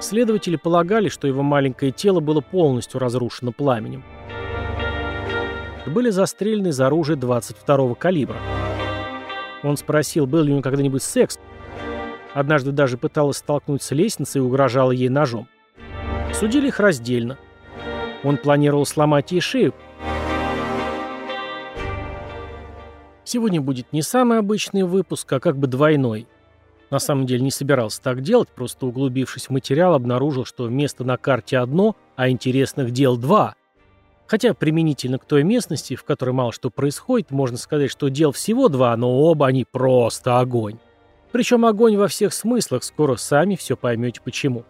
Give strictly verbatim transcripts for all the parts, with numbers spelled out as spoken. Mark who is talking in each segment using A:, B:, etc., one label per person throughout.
A: Следователи полагали, что его маленькое тело было полностью разрушено пламенем. Были застрелены из оружия двадцать второго калибра. Он спросил, был ли у него когда-нибудь секс. Однажды даже пыталась столкнуть с лестницей и угрожала ей ножом. Судили их раздельно. Он планировал сломать ей шею. Сегодня будет не самый обычный выпуск, а как бы двойной. На самом деле не собирался так делать, просто углубившись в материал, обнаружил, что место на карте одно, а интересных дел два. Хотя применительно к той местности, в которой мало что происходит, можно сказать, что дел всего два, но оба они просто огонь. Причем огонь во всех смыслах, скоро сами все поймете почему.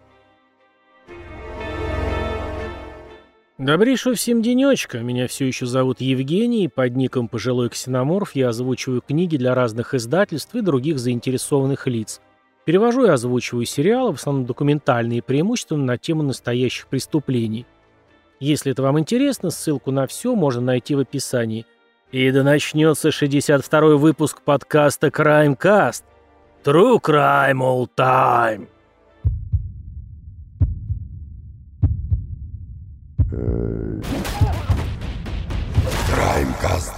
A: Добрейшего всем денечка, меня все еще зовут Евгений, и под ником «Пожилой ксеноморф» я озвучиваю книги для разных издательств и других заинтересованных лиц. Перевожу и озвучиваю сериалы, в основном документальные, преимущественно на тему настоящих преступлений. Если это вам интересно, ссылку на все можно найти в описании. И да начнется шестьдесят второй выпуск подкаста Crimecast. True Crime All Time.
B: Crimecast.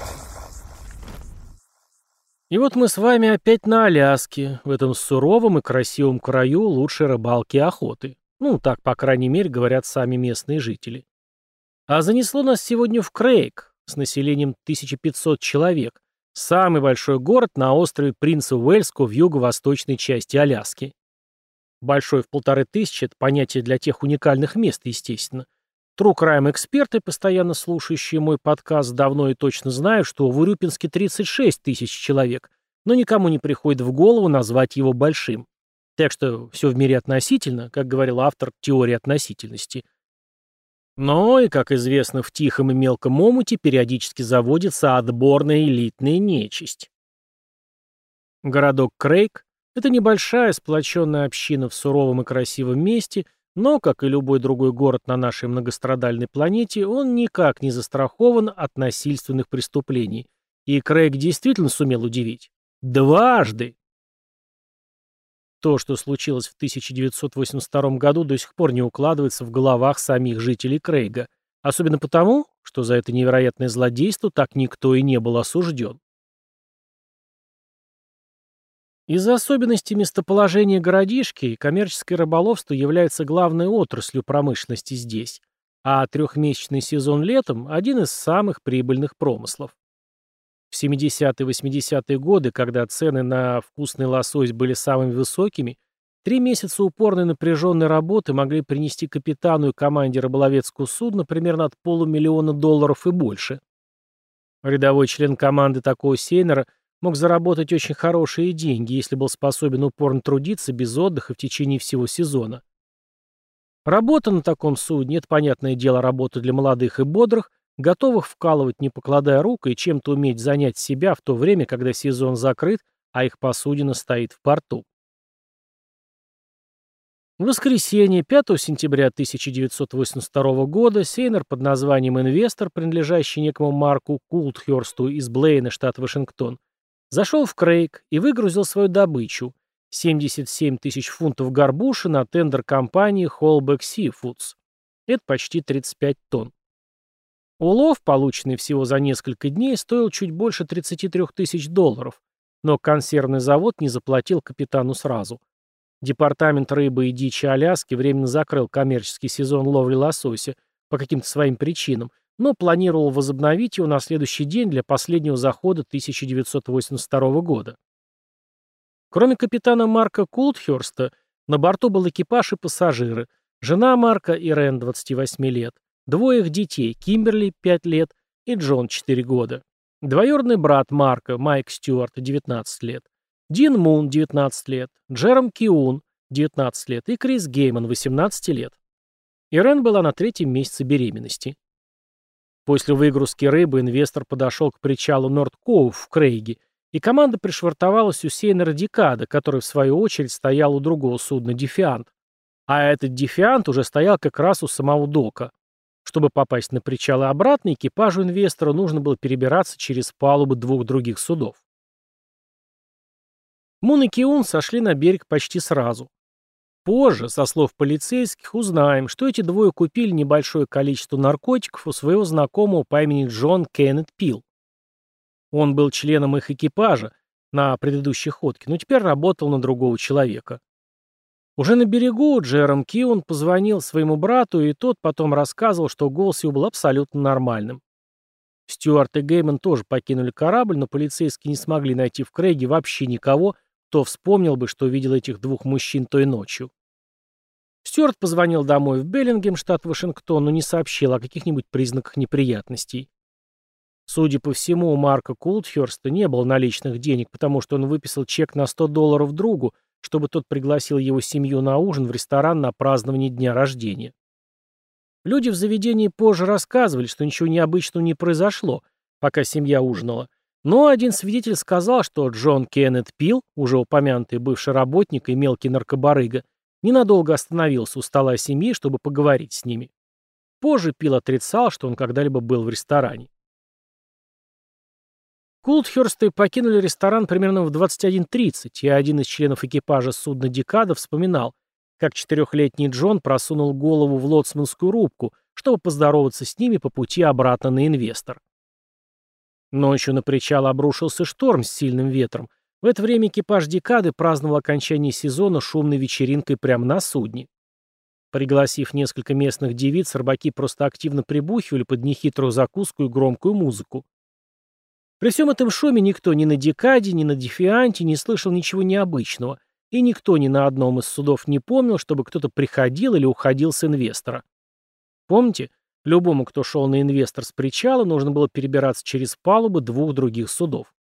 A: И вот мы с вами опять на Аляске, в этом суровом и красивом краю лучшей рыбалки и охоты. Ну, так, по крайней мере, говорят сами местные жители. А занесло нас сегодня в Крейг с населением тысяча пятьсот человек, самый большой город на острове Принца Уэльского в юго-восточной части Аляски. Большой в полторы тысячи – это понятие для тех уникальных мест, естественно. True Crime эксперты, постоянно слушающие мой подкаст, давно и точно знают, что в Урюпинске тридцать шесть тысяч человек, но никому не приходит в голову назвать его большим. Так что все в мире относительно, как говорил автор теории относительности. Но, и, как известно, в тихом и мелком омуте периодически заводится отборная элитная нечисть. Городок Крейг – это небольшая сплоченная община в суровом и красивом месте, но, как и любой другой город на нашей многострадальной планете, он никак не застрахован от насильственных преступлений. И Крейг действительно сумел удивить. Дважды! То, что случилось в тысяча девятьсот восемьдесят втором году, до сих пор не укладывается в головах самих жителей Крейга. Особенно потому, что за это невероятное злодейство так никто и не был осужден. Из-за особенностей местоположения городишки коммерческое рыболовство является главной отраслью промышленности здесь, а трехмесячный сезон летом – один из самых прибыльных промыслов. В семидесятые и восьмидесятые годы, когда цены на вкусный лосось были самыми высокими, три месяца упорной напряженной работы могли принести капитану и команде рыболовецкого судна примерно от полумиллиона долларов и больше. Рядовой член команды такого сейнера мог заработать очень хорошие деньги, если был способен упорно трудиться без отдыха в течение всего сезона. Работа на таком судне – это, понятное дело, работа для молодых и бодрых, готовых вкалывать, не покладая рук, и чем-то уметь занять себя в то время, когда сезон закрыт, а их посудина стоит в порту. В воскресенье, пятого сентября тысяча девятьсот восемьдесят второго года, сейнер под названием «Инвестор», принадлежащий некому Марку Култхёрсту из Блейна, штат Вашингтон, зашел в Крейг и выгрузил свою добычу – семьдесят семь тысяч фунтов горбуши на тендер компании Holbeck Seafoods. Это почти тридцать пять тонн. Улов, полученный всего за несколько дней, стоил чуть больше тридцать три тысячи долларов, но консервный завод не заплатил капитану сразу. Департамент рыбы и дичи Аляски временно закрыл коммерческий сезон ловли лосося по каким-то своим причинам, но планировал возобновить его на следующий день для последнего захода тысяча девятьсот восемьдесят второго года. Кроме капитана Марка Култхёрста, на борту был экипаж и пассажиры, жена Марка Ирен, двадцати восьми лет, двое их детей, Кимберли, пять лет, и Джон, четыре года, двоюродный брат Марка, Майк Стюарт, девятнадцать лет, Дин Мун, девятнадцать лет, Джером Киун, девятнадцать лет, и Крис Гейман, восемнадцать лет. Ирен была на третьем месяце беременности. После выгрузки рыбы инвестор подошел к причалу Норд-Коув в Крейге, и команда пришвартовалась у сейнера Дикада, который в свою очередь стоял у другого судна Дефиант. А этот Дефиант уже стоял как раз у самого дока. Чтобы попасть на причал и обратно, экипажу инвестора нужно было перебираться через палубы двух других судов. Мун и Киун сошли на берег почти сразу. Позже, со слов полицейских, узнаем, что эти двое купили небольшое количество наркотиков у своего знакомого по имени Джон Кеннет Пил. Он был членом их экипажа на предыдущей ходке, но теперь работал на другого человека. Уже на берегу Джером Кион позвонил своему брату, и тот потом рассказывал, что голос его был абсолютно нормальным. Стюарт и Гейман тоже покинули корабль, но полицейские не смогли найти в Крейге вообще никого, кто вспомнил бы, что видел этих двух мужчин той ночью. Стюарт позвонил домой в Беллингем, штат Вашингтон, но не сообщил о каких-нибудь признаках неприятностей. Судя по всему, у Марка Култхёрста не было наличных денег, потому что он выписал чек на сто долларов другу, чтобы тот пригласил его семью на ужин в ресторан на празднование дня рождения. Люди в заведении позже рассказывали, что ничего необычного не произошло, пока семья ужинала, но один свидетель сказал, что Джон Кеннет Пил, уже упомянутый бывший работник и мелкий наркобарыга, ненадолго остановился у стола семьи, чтобы поговорить с ними. Позже Пил отрицал, что он когда-либо был в ресторане. Култхёрсты покинули ресторан примерно в двадцать один тридцать, и один из членов экипажа судна «Декада» вспоминал, как четырехлетний Джон просунул голову в лоцманскую рубку, чтобы поздороваться с ними по пути обратно на «Инвестор». Ночью на причал обрушился шторм с сильным ветром. В это время экипаж «Декады» праздновал окончание сезона шумной вечеринкой прямо на судне. Пригласив несколько местных девиц, рыбаки просто активно прибухивали под нехитрую закуску и громкую музыку. При всем этом шуме никто ни на «Декаде», ни на «Дефианте» не слышал ничего необычного, и никто ни на одном из судов не помнил, чтобы кто-то приходил или уходил с «Инвестора». Помните, любому, кто шел на «Инвестор» с причала, нужно было перебираться через палубы двух других судов.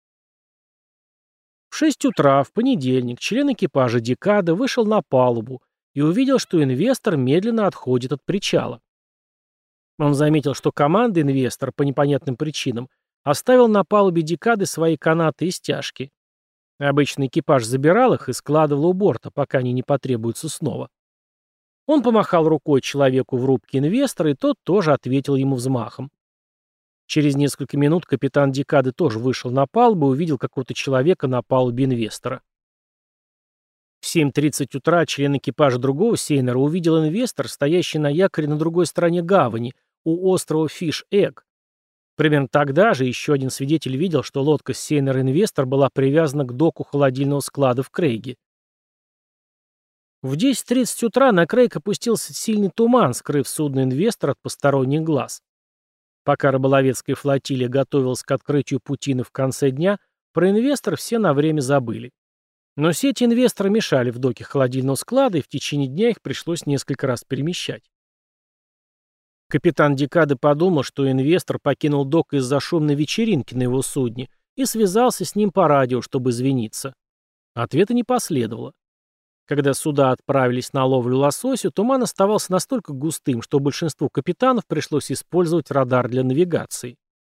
A: В шесть утра, в понедельник, член экипажа «Декады» вышел на палубу и увидел, что «Инвестор» медленно отходит от причала. Он заметил, что команда «Инвестор» по непонятным причинам оставил на палубе «Декады» свои канаты и стяжки. Обычно экипаж забирал их и складывал у борта, пока они не потребуются снова. Он помахал рукой человеку в рубке «Инвестора», и тот тоже ответил ему взмахом. Через несколько минут капитан «Декады» тоже вышел на палубу и увидел какого-то человека на палубе «Инвестора». В семь тридцать утра член экипажа другого сейнера увидел «Инвестор», стоящий на якоре на другой стороне гавани, у острова Фиш-Эгг. Примерно тогда же еще один свидетель видел, что лодка сейнер «Инвестор» была привязана к доку холодильного склада в Крейге. В десять тридцать утра на Крейг опустился сильный туман, скрыв судно «Инвестор» от посторонних глаз. Пока рыболовецкая флотилия готовилась к открытию путины в конце дня, про «Инвестор» все на время забыли. Но сети «Инвестора» мешали в доке холодильного склада, и в течение дня их пришлось несколько раз перемещать. Капитан «Декады» подумал, что «Инвестор» покинул док из-за шумной вечеринки на его судне и связался с ним по радио, чтобы извиниться. Ответа не последовало. Когда суда отправились на ловлю лосося, туман оставался настолько густым, что большинству капитанов пришлось использовать радар для навигации.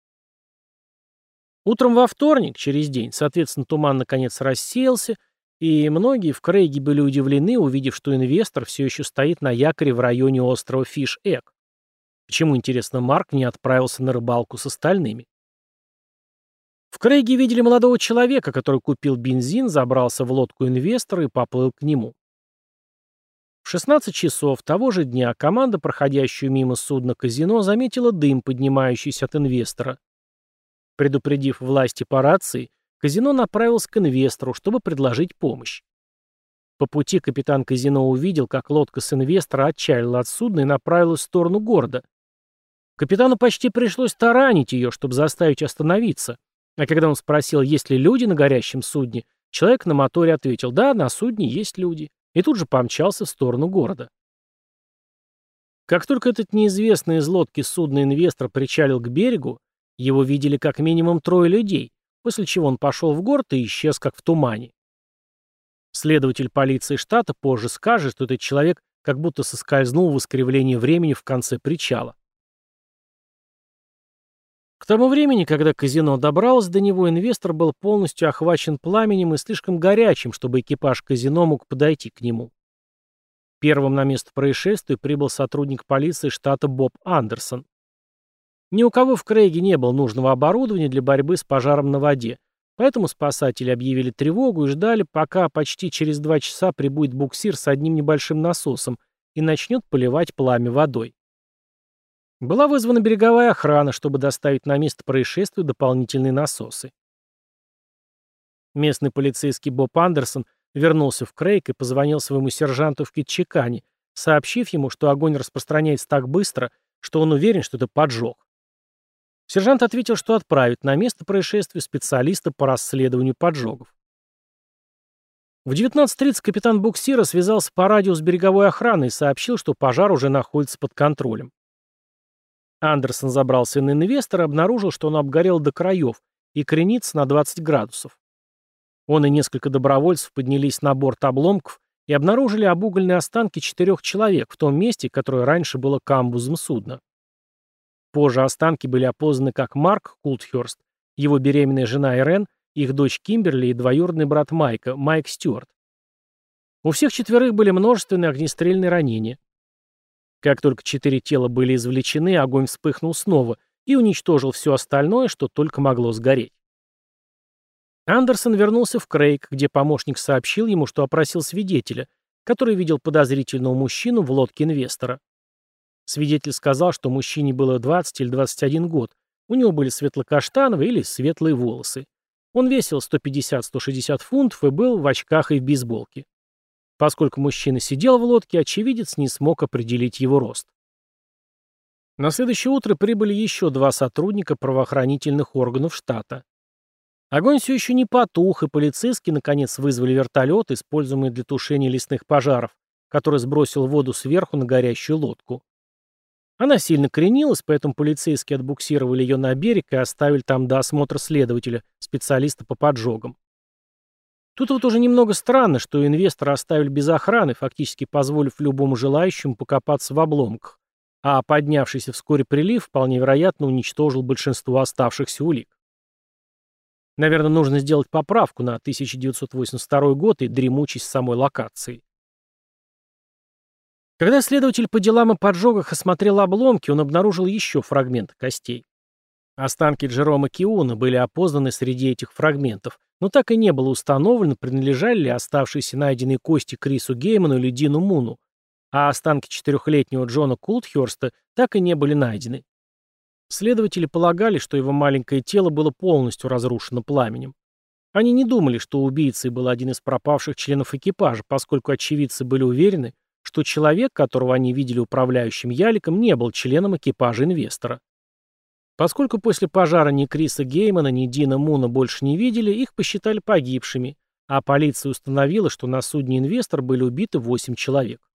A: Утром во вторник, через день, соответственно, туман наконец рассеялся, и многие в Крейге были удивлены, увидев, что «Инвестор» все еще стоит на якоре в районе острова Фиш-Эгг. Почему, интересно, Марк не отправился на рыбалку с остальными? В Крейге видели молодого человека, который купил бензин, забрался в лодку «Инвестора» и поплыл к нему. В шестнадцать часов того же дня команда, проходящую мимо судна «Казино», заметила дым, поднимающийся от «Инвестора». Предупредив власти по рации, «Казино» направился к «Инвестору», чтобы предложить помощь. По пути капитан «Казино» увидел, как лодка с «Инвестора» отчалила от судна и направилась в сторону города. Капитану почти пришлось таранить ее, чтобы заставить остановиться. А когда он спросил, есть ли люди на горящем судне, человек на моторе ответил: да, на судне есть люди, и тут же помчался в сторону города. Как только этот неизвестный из лодки судна «Инвестор» причалил к берегу, его видели как минимум трое людей, после чего он пошел в город и исчез как в тумане. Следователь полиции штата позже скажет, что этот человек как будто соскользнул в искривлении времени в конце причала. К тому времени, когда «Казино» добралось до него, «Инвестор» был полностью охвачен пламенем и слишком горячим, чтобы экипаж «Казино» мог подойти к нему. Первым на место происшествия прибыл сотрудник полиции штата Боб Андерсон. Ни у кого в Крейге не было нужного оборудования для борьбы с пожаром на воде, Поэтому спасатели объявили тревогу и ждали, пока почти через два часа прибудет буксир с одним небольшим насосом и начнет поливать пламя водой. Была вызвана береговая охрана, чтобы доставить на место происшествия дополнительные насосы. Местный полицейский Боб Андерсон вернулся в Крейг и позвонил своему сержанту в Кетчикане, сообщив ему, что огонь распространяется так быстро, что он уверен, что это поджог. Сержант ответил, что отправит на место происшествия специалиста по расследованию поджогов. В девятнадцать тридцать капитан буксира связался по радио с береговой охраной и сообщил, что пожар уже находится под контролем. Андерсон забрался на инвестора и обнаружил, что он обгорел до краев и кренится на двадцать градусов. Он и несколько добровольцев поднялись на борт обломков и обнаружили обугольные останки четырех человек в том месте, которое раньше было камбузом судна. Позже останки были опознаны как Марк Култхёрст, его беременная жена Ирен, их дочь Кимберли и двоюродный брат Майка, Майк Стюарт. У всех четверых были множественные огнестрельные ранения. Как только четыре тела были извлечены, огонь вспыхнул снова и уничтожил все остальное, что только могло сгореть. Андерсон вернулся в Крейг, где помощник сообщил ему, что опросил свидетеля, который видел подозрительного мужчину в лодке инвестора. Свидетель сказал, что мужчине было двадцать или двадцать один год, у него были светло-каштановые или светлые волосы. Он весил сто пятьдесят - сто шестьдесят фунтов и был в очках и в бейсболке. Поскольку мужчина сидел в лодке, очевидец не смог определить его рост. На следующее утро прибыли еще два сотрудника правоохранительных органов штата. Огонь все еще не потух, и полицейские наконец вызвали вертолет, используемый для тушения лесных пожаров, который сбросил воду сверху на горящую лодку. Она сильно кренилась, поэтому полицейские отбуксировали ее на берег и оставили там до осмотра следователя, специалиста по поджогам. Тут вот уже немного странно, что инвестора оставили без охраны, фактически позволив любому желающему покопаться в обломках, а поднявшийся вскоре прилив вполне вероятно уничтожил большинство оставшихся улик. Наверное, нужно сделать поправку на тысяча девятьсот восемьдесят второй год и дремучесть самой локации. Когда следователь по делам о поджогах осмотрел обломки, он обнаружил еще фрагменты костей. Останки Джерома Киуна были опознаны среди этих фрагментов, но так и не было установлено, принадлежали ли оставшиеся найденные кости Крису Гейману или Дину Муну, а останки четырехлетнего Джона Култхёрста так и не были найдены. Следователи полагали, что его маленькое тело было полностью разрушено пламенем. Они не думали, что убийцей был один из пропавших членов экипажа, поскольку очевидцы были уверены, что человек, которого они видели управляющим яликом, не был членом экипажа инвестора. Поскольку после пожара ни Криса Геймана, ни Дина Муна больше не видели, их посчитали погибшими, а полиция установила, что на судне «Инвестор» были убиты восемь человек.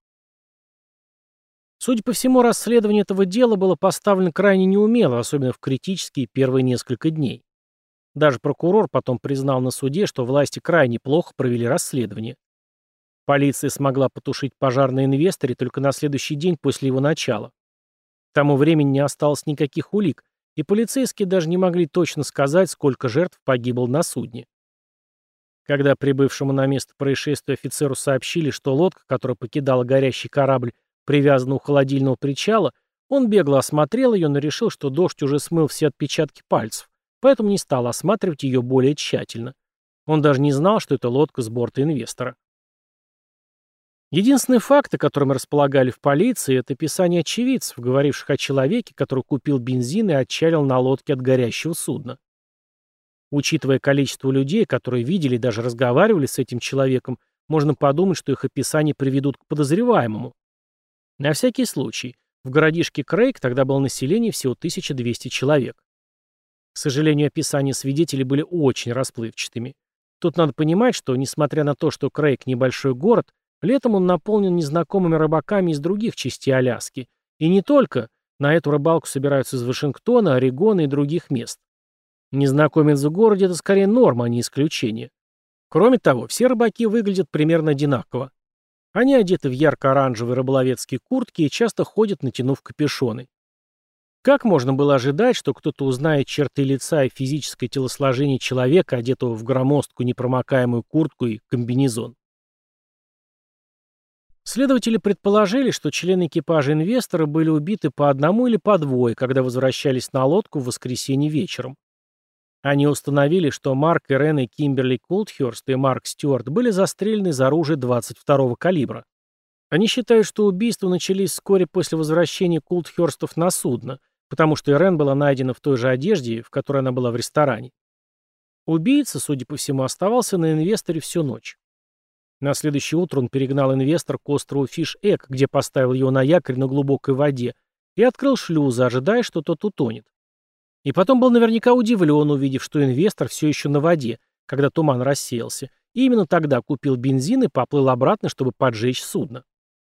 A: Судя по всему, расследование этого дела было поставлено крайне неумело, особенно в критические первые несколько дней. Даже прокурор потом признал на суде, что власти крайне плохо провели расследование. Полиция смогла потушить пожар на «Инвесторе» только на следующий день после его начала. К тому времени не осталось никаких улик, и полицейские даже не могли точно сказать, сколько жертв погибло на судне. Когда прибывшему на место происшествия офицеру сообщили, что лодка, которая покидала горящий корабль, привязана у холодильного причала, он бегло осмотрел ее, но решил, что дождь уже смыл все отпечатки пальцев, поэтому не стал осматривать ее более тщательно. Он даже не знал, что это лодка с борта «Инвестора». Единственные факты, которыми располагали в полиции, это описание очевидцев, говоривших о человеке, который купил бензин и отчалил на лодке от горящего судна. Учитывая количество людей, которые видели и даже разговаривали с этим человеком, можно подумать, что их описания приведут к подозреваемому. На всякий случай, в городишке Крейг тогда было население всего тысяча двести человек. К сожалению, описания свидетелей были очень расплывчатыми. Тут надо понимать, что, несмотря на то, что Крейг небольшой город, летом он наполнен незнакомыми рыбаками из других частей Аляски. И не только. На эту рыбалку собираются из Вашингтона, Орегона и других мест. Незнакомец в городе – это скорее норма, а не исключение. Кроме того, все рыбаки выглядят примерно одинаково. Они одеты в ярко-оранжевые рыболовецкие куртки и часто ходят, натянув капюшоны. Как можно было ожидать, что кто-то узнает черты лица и физическое телосложение человека, одетого в громоздкую непромокаемую куртку и комбинезон? Следователи предположили, что члены экипажа «Инвестора» были убиты по одному или по двое, когда возвращались на лодку в воскресенье вечером. Они установили, что Марк и Рен и Кимберли Култхёрст и Марк Стюарт были застрелены из оружия двадцать второго калибра. Они считают, что убийства начались вскоре после возвращения Култхёрстов на судно, потому что Ирен была найдена в той же одежде, в которой она была в ресторане. Убийца, судя по всему, оставался на инвесторе всю ночь. На следующее утро он перегнал инвестор к острову Фиш-Эк, где поставил его на якорь на глубокой воде, и открыл шлюзы, ожидая, что тот утонет. И потом был наверняка удивлен, увидев, что инвестор все еще на воде, когда туман рассеялся, и именно тогда купил бензин и поплыл обратно, чтобы поджечь судно.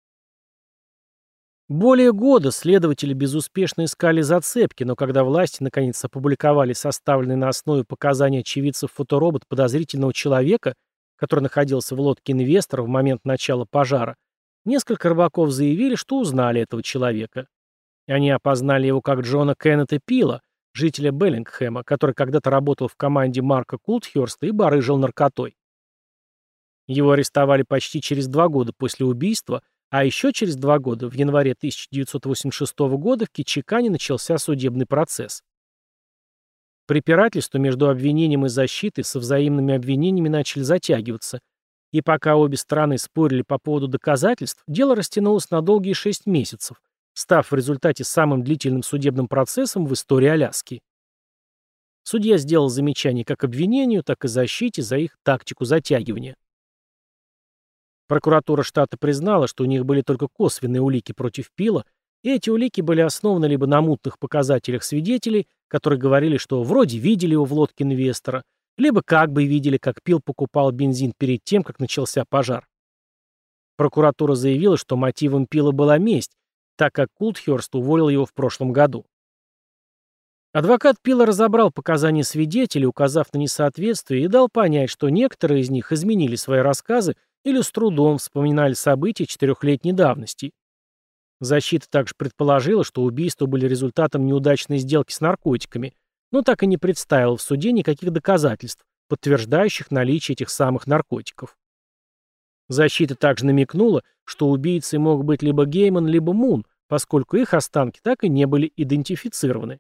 A: Более года следователи безуспешно искали зацепки, но когда власти наконец опубликовали составленный на основе показаний очевидцев фоторобот подозрительного человека, который находился в лодке инвестора в момент начала пожара, несколько рыбаков заявили, что узнали этого человека. Они опознали его как Джона Кеннета Пила, жителя Беллингхэма, который когда-то работал в команде Марка Култхёрста и барыжил наркотой. Его арестовали почти через два года после убийства, а еще через два года, в январе тысяча девятьсот восемьдесят шестого года, в Кетчикане начался судебный процесс. Препирательства между обвинением и защитой со взаимными обвинениями начали затягиваться, и пока обе стороны спорили по поводу доказательств, дело растянулось на долгие шесть месяцев, став в результате самым длительным судебным процессом в истории Аляски. Судья сделал замечание как обвинению, так и защите за их тактику затягивания. Прокуратура штата признала, что у них были только косвенные улики против Пила, и эти улики были основаны либо на мутных показателях свидетелей, которые говорили, что вроде видели его в лодке инвестора, либо как бы видели, как Пил покупал бензин перед тем, как начался пожар. Прокуратура заявила, что мотивом Пила была месть, так как Култхёрст уволил его в прошлом году. Адвокат Пила разобрал показания свидетелей, указав на несоответствие, и дал понять, что некоторые из них изменили свои рассказы или с трудом вспоминали события четырехлетней давности. Защита также предположила, что убийства были результатом неудачной сделки с наркотиками, но так и не представила в суде никаких доказательств, подтверждающих наличие этих самых наркотиков. Защита также намекнула, что убийцей мог быть либо Гейман, либо Мун, поскольку их останки так и не были идентифицированы.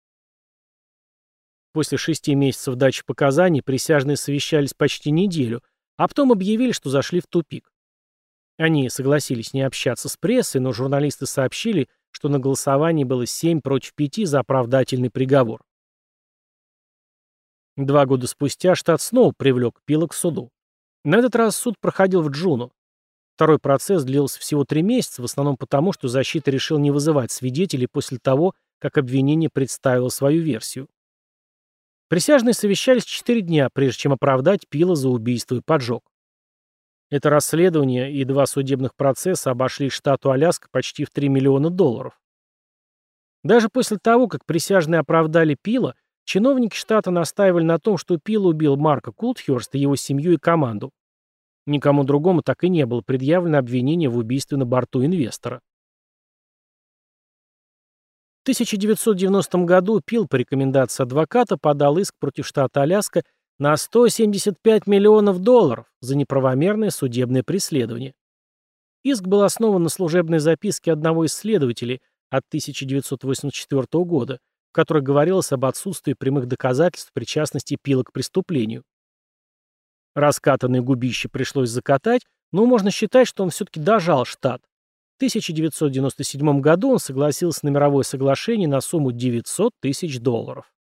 A: После шести месяцев дачи показаний присяжные совещались почти неделю, а потом объявили, что зашли в тупик. Они согласились не общаться с прессой, но журналисты сообщили, что на голосовании было семь против пяти за оправдательный приговор. Два года спустя штат снова привлек Пила к суду. На этот раз суд проходил в Джуно. Второй процесс длился всего три месяца, в основном потому, что защита решила не вызывать свидетелей после того, как обвинение представило свою версию. Присяжные совещались четыре дня, прежде чем оправдать Пила за убийство и поджог. Это расследование и два судебных процесса обошли штату Аляска почти в три миллиона долларов. Даже после того, как присяжные оправдали Пила, чиновники штата настаивали на том, что Пил убил Марка Култхёрста, его семью и команду. Никому другому так и не было предъявлено обвинение в убийстве на борту инвестора. В тысяча девятьсот девяностом году Пил по рекомендации адвоката подал иск против штата Аляска на сто семьдесят пять миллионов долларов за неправомерное судебное преследование. Иск был основан на служебной записке одного из следователей от тысяча девятьсот восемьдесят четвёртого года, в которой говорилось об отсутствии прямых доказательств причастности Пила к преступлению. Раскатанное губище пришлось закатать, но можно считать, что он все-таки дожал штат. В тысяча девятьсот девяносто седьмом году он согласился на мировое соглашение на сумму девятьсот тысяч долларов.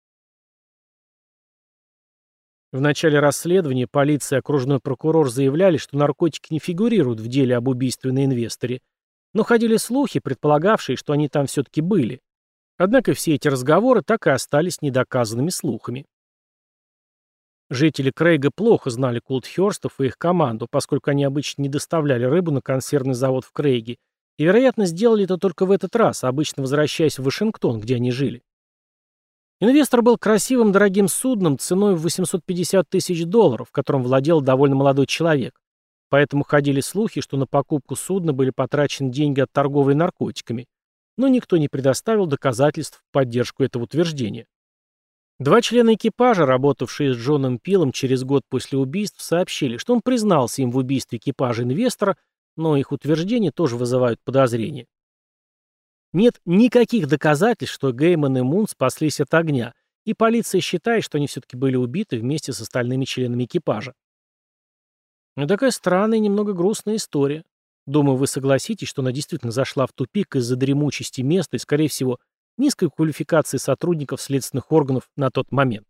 A: В начале расследования полиция и окружной прокурор заявляли, что наркотики не фигурируют в деле об убийстве на инвесторе, но ходили слухи, предполагавшие, что они там все-таки были. Однако все эти разговоры так и остались недоказанными слухами. Жители Крейга плохо знали Култхёрстов и их команду, поскольку они обычно не доставляли рыбу на консервный завод в Крейге, и, вероятно, сделали это только в этот раз, обычно возвращаясь в Вашингтон, где они жили. Инвестор был красивым дорогим судном ценой в восемьсот пятьдесят тысяч долларов, которым владел довольно молодой человек, поэтому ходили слухи, что на покупку судна были потрачены деньги от торговли наркотиками, но никто не предоставил доказательств в поддержку этого утверждения. Два члена экипажа, работавшие с Джоном Пилом через год после убийств, сообщили, что он признался им в убийстве экипажа инвестора, но их утверждения тоже вызывают подозрения. Нет никаких доказательств, что Гейман и Мун спаслись от огня, и полиция считает, что они все-таки были убиты вместе с остальными членами экипажа. Ну, такая странная и немного грустная история. Думаю, вы согласитесь, что она действительно зашла в тупик из-за дремучести места и, скорее всего, низкой квалификации сотрудников следственных органов на тот момент.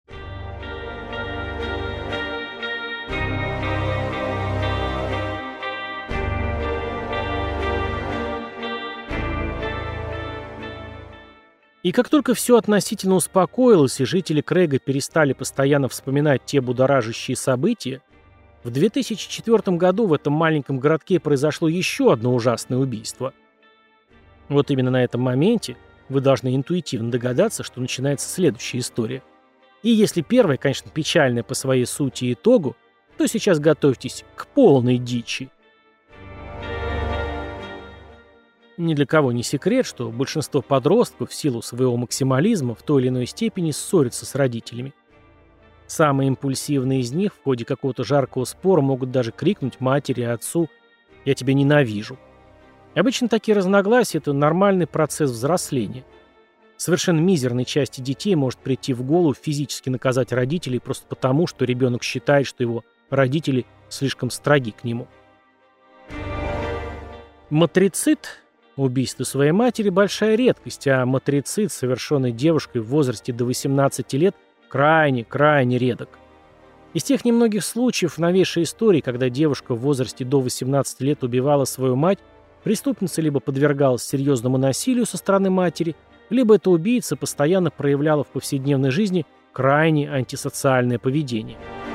A: И как только все относительно успокоилось, и жители Крейга перестали постоянно вспоминать те будоражащие события, в две тысячи четвёртом году в этом маленьком городке произошло еще одно ужасное убийство. Вот именно на этом моменте вы должны интуитивно догадаться, что начинается следующая история. И если первая, конечно, печальная по своей сути и итогу, то сейчас готовьтесь к полной дичи. Ни для кого не секрет, что большинство подростков в силу своего максимализма в той или иной степени ссорятся с родителями. Самые импульсивные из них в ходе какого-то жаркого спора могут даже крикнуть матери и отцу «Я тебя ненавижу». И обычно такие разногласия – это нормальный процесс взросления. Совершенно мизерной части детей может прийти в голову физически наказать родителей просто потому, что ребенок считает, что его родители слишком строги к нему. Матрицид, убийство своей матери, большая редкость, а матрицид, совершенный девушкой в возрасте до восемнадцати лет, крайне-крайне редок. Из тех немногих случаев в новейшей истории, когда девушка в возрасте до восемнадцати лет убивала свою мать, преступница либо подвергалась серьезному насилию со стороны матери, либо эта убийца постоянно проявляла в повседневной жизни крайне антисоциальное поведение.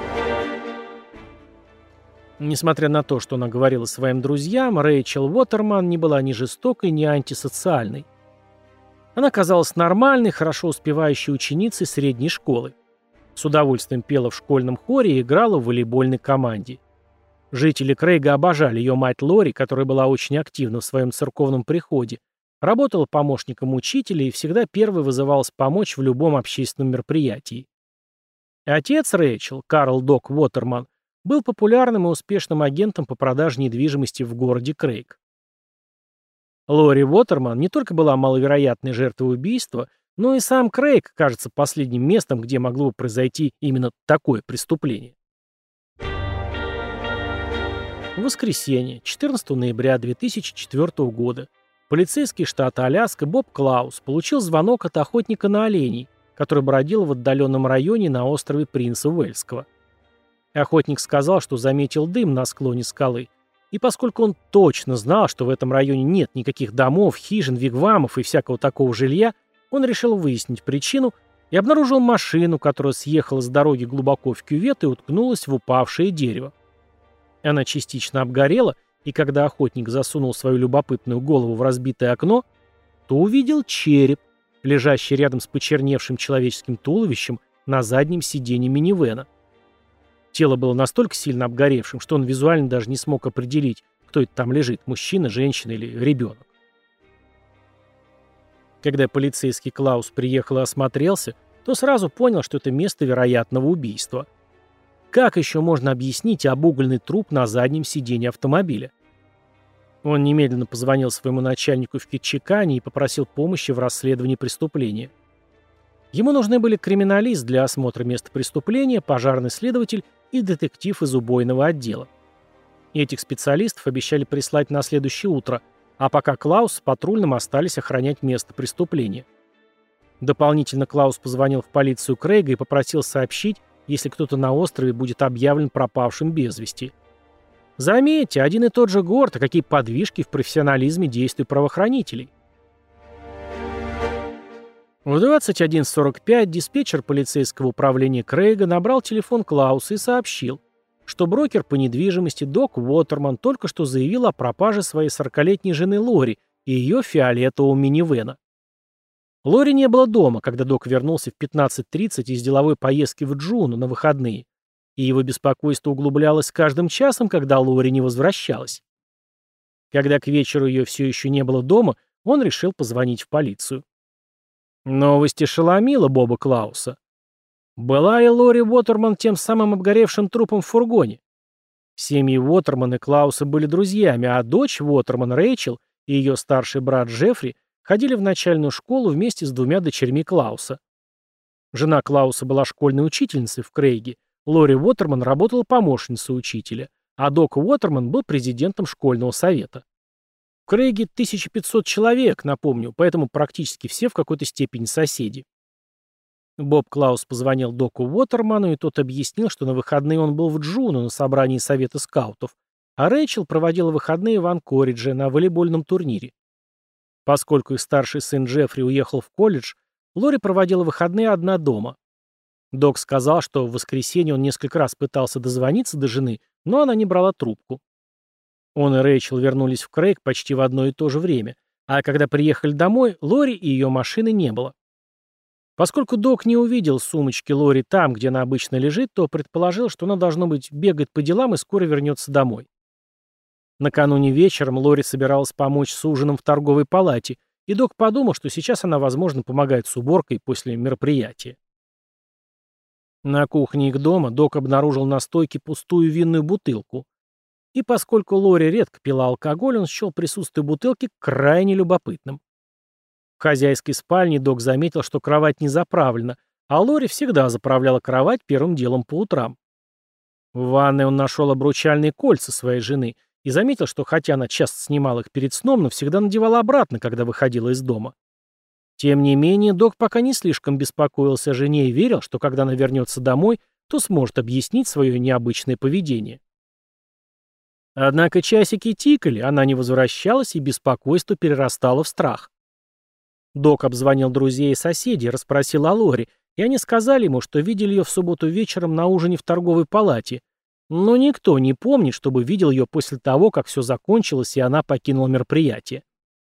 A: Несмотря на то, что она говорила своим друзьям, Рэйчел Уотерман не была ни жестокой, ни антисоциальной. Она казалась нормальной, хорошо успевающей ученицей средней школы. С удовольствием пела в школьном хоре и играла в волейбольной команде. Жители Крейга обожали ее мать Лори, которая была очень активна в своем церковном приходе, работала помощником учителя и всегда первой вызывалась помочь в любом общественном мероприятии. Отец Рэйчел, Карл Док Уотерман, был популярным и успешным агентом по продаже недвижимости в городе Крейг. Лори Уотерман не только была маловероятной жертвой убийства, но и сам Крейг кажется последним местом, где могло бы произойти именно такое преступление. В воскресенье, четырнадцатого ноября две тысячи четвёртого года, полицейский штата Аляска Боб Клаус получил звонок от охотника на оленей, который бродил в отдаленном районе на острове Принца Уэльского. Охотник сказал, что заметил дым на склоне скалы, и поскольку он точно знал, что в этом районе нет никаких домов, хижин, вигвамов и всякого такого жилья, он решил выяснить причину и обнаружил машину, которая съехала с дороги глубоко в кювет и уткнулась в упавшее дерево. Она частично обгорела, и когда охотник засунул свою любопытную голову в разбитое окно, то увидел череп, лежащий рядом с почерневшим человеческим туловищем на заднем сиденье минивэна. Тело было настолько сильно обгоревшим, что он визуально даже не смог определить, кто это там лежит, мужчина, женщина или ребенок. Когда полицейский Клаус приехал и осмотрелся, то сразу понял, что это место вероятного убийства. Как еще можно объяснить обугленный труп на заднем сиденье автомобиля? Он немедленно позвонил своему начальнику в Кетчикане и попросил помощи в расследовании преступления. Ему нужны были криминалист для осмотра места преступления, пожарный следователь и детектив из убойного отдела. Этих специалистов обещали прислать на следующее утро, а пока Клаус с патрульным остались охранять место преступления. Дополнительно Клаус позвонил в полицию Крейга и попросил сообщить, если кто-то на острове будет объявлен пропавшим без вести. Заметьте, один и тот же город, а какие подвижки в профессионализме действий правоохранителей. В двадцать один сорок пять диспетчер полицейского управления Крейга набрал телефон Клауса и сообщил, что брокер по недвижимости Док Уотерман только что заявил о пропаже своей сорокалетней жены Лори и ее фиолетового минивэна. Лори не было дома, когда Док вернулся в пятнадцать тридцать из деловой поездки в Джуну на выходные, и его беспокойство углублялось с каждым часом, когда Лори не возвращалась. Когда к вечеру ее все еще не было дома, он решил позвонить в полицию. Новость ошеломила Боба Клауса. Была ли Лори Уотерман тем самым обгоревшим трупом в фургоне? Семьи Уотерман и Клауса были друзьями, а дочь Уотерман, Рэйчел, и ее старший брат Джеффри ходили в начальную школу вместе с двумя дочерьми Клауса. Жена Клауса была школьной учительницей в Крейге, Лори Уотерман работала помощницей учителя, а Док Уотерман был президентом школьного совета. В Крейге тысяча пятьсот человек, напомню, поэтому практически все в какой-то степени соседи. Боб Клаус позвонил Доку Уотерману, и тот объяснил, что на выходные он был в Джуно на собрании совета скаутов, а Рэйчел проводила выходные в Анкоридже на волейбольном турнире. Поскольку их старший сын Джеффри уехал в колледж, Лори проводила выходные одна дома. Док сказал, что в воскресенье он несколько раз пытался дозвониться до жены, но она не брала трубку. Он и Рэйчел вернулись в Крейг почти в одно и то же время, а когда приехали домой, Лори и ее машины не было. Поскольку Док не увидел сумочки Лори там, где она обычно лежит, то предположил, что она, должно быть, бегает по делам и скоро вернется домой. Накануне вечером Лори собиралась помочь с ужином в торговой палате, и Док подумал, что сейчас она, возможно, помогает с уборкой после мероприятия. На кухне их дома Док обнаружил на стойке пустую винную бутылку. И поскольку Лори редко пила алкоголь, он счел присутствие бутылки крайне любопытным. В хозяйской спальне Док заметил, что кровать не заправлена, а Лори всегда заправляла кровать первым делом по утрам. В ванной он нашел обручальные кольца своей жены и заметил, что хотя она часто снимала их перед сном, но всегда надевала обратно, когда выходила из дома. Тем не менее, Док пока не слишком беспокоился о жене и верил, что когда она вернется домой, то сможет объяснить свое необычное поведение. Однако часики тикали, она не возвращалась, и беспокойство перерастало в страх. Док обзвонил друзей и соседей, расспросил о Лори, и они сказали ему, что видели ее в субботу вечером на ужине в торговой палате, но никто не помнит, чтобы видел ее после того, как все закончилось, и она покинула мероприятие.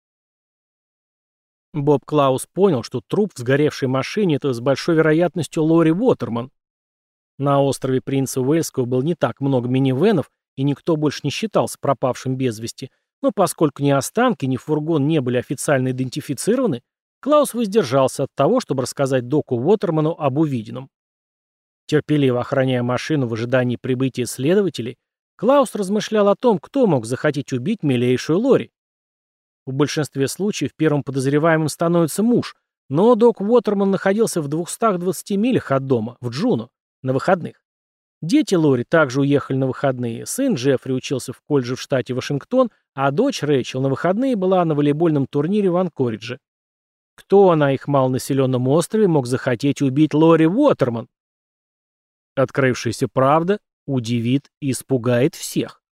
A: Боб Клаус понял, что труп в сгоревшей машине — это с большой вероятностью Лори Уотерман. На острове Принца Уэльского было не так много минивенов, и никто больше не считался пропавшим без вести, но поскольку ни останки, ни фургон не были официально идентифицированы, Клаус воздержался от того, чтобы рассказать Доку Уотерману об увиденном. Терпеливо охраняя машину в ожидании прибытия следователей, Клаус размышлял о том, кто мог захотеть убить милейшую Лори. В большинстве случаев первым подозреваемым становится муж, но Док Уотерман находился в двухстах двадцати милях от дома, в Джуно, на выходных. Дети Лори также уехали на выходные, сын Джеффри учился в колледже в штате Вашингтон, а дочь Рэйчел на выходные была на волейбольном турнире в Анкоридже. Кто на их малонаселенном острове мог захотеть убить Лори Уотерман? Открывшаяся правда удивит и испугает всех.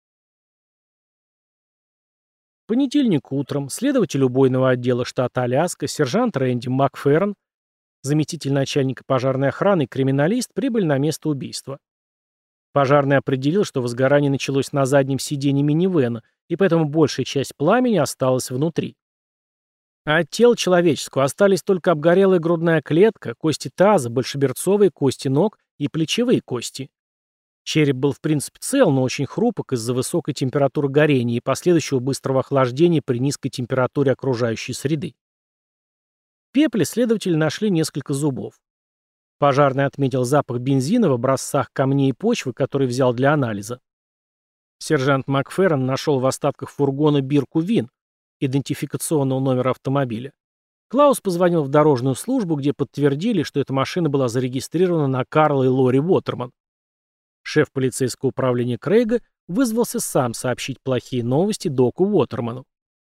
A: В понедельник утром следователь убойного отдела штата Аляска, сержант Рэнди Макферрон, заместитель начальника пожарной охраны и криминалист, прибыли на место убийства. Пожарный определил, что возгорание началось на заднем сиденье минивэна, и поэтому большая часть пламени осталась внутри. А от тела человеческого остались только обгорелая грудная клетка, кости таза, большеберцовые кости ног и плечевые кости. Череп был в принципе цел, но очень хрупок из-за высокой температуры горения и последующего быстрого охлаждения при низкой температуре окружающей среды. В пепле следователи нашли несколько зубов. Пожарный отметил запах бензина в образцах камней и почвы, который взял для анализа. Сержант Макферрон нашел в остатках фургона бирку вин, идентификационного номера автомобиля. Клаус позвонил в дорожную службу, где подтвердили, что эта машина была зарегистрирована на Карла и Лори Уотерман. Шеф полицейского управления Крейга вызвался сам сообщить плохие новости Доку Уотерману.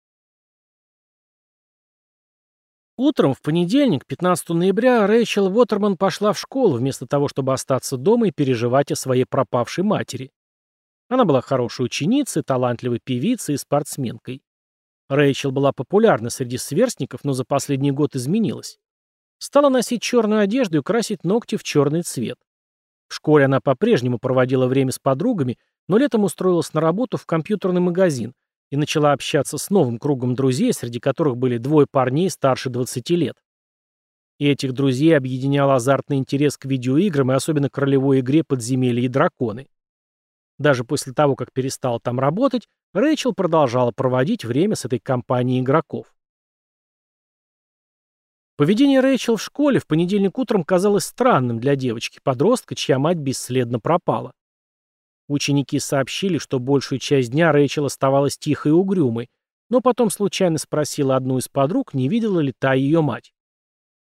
A: Утром в понедельник, пятнадцатого ноября, Рэйчел Уотерман пошла в школу, вместо того, чтобы остаться дома и переживать о своей пропавшей матери. Она была хорошей ученицей, талантливой певицей и спортсменкой. Рэйчел была популярна среди сверстников, но за последний год изменилась. Стала носить черную одежду и красить ногти в черный цвет. В школе она по-прежнему проводила время с подругами, но летом устроилась на работу в компьютерный магазин и начала общаться с новым кругом друзей, среди которых были двое парней старше двадцати лет. И этих друзей объединял азартный интерес к видеоиграм и особенно к ролевой игре «Подземелья и драконы». Даже после того, как перестала там работать, Рэйчел продолжала проводить время с этой компанией игроков. Поведение Рэйчел в школе в понедельник утром казалось странным для девочки-подростка, чья мать бесследно пропала. Ученики сообщили, что большую часть дня Рэйчел оставалась тихой и угрюмой, но потом случайно спросила одну из подруг, не видела ли та ее мать.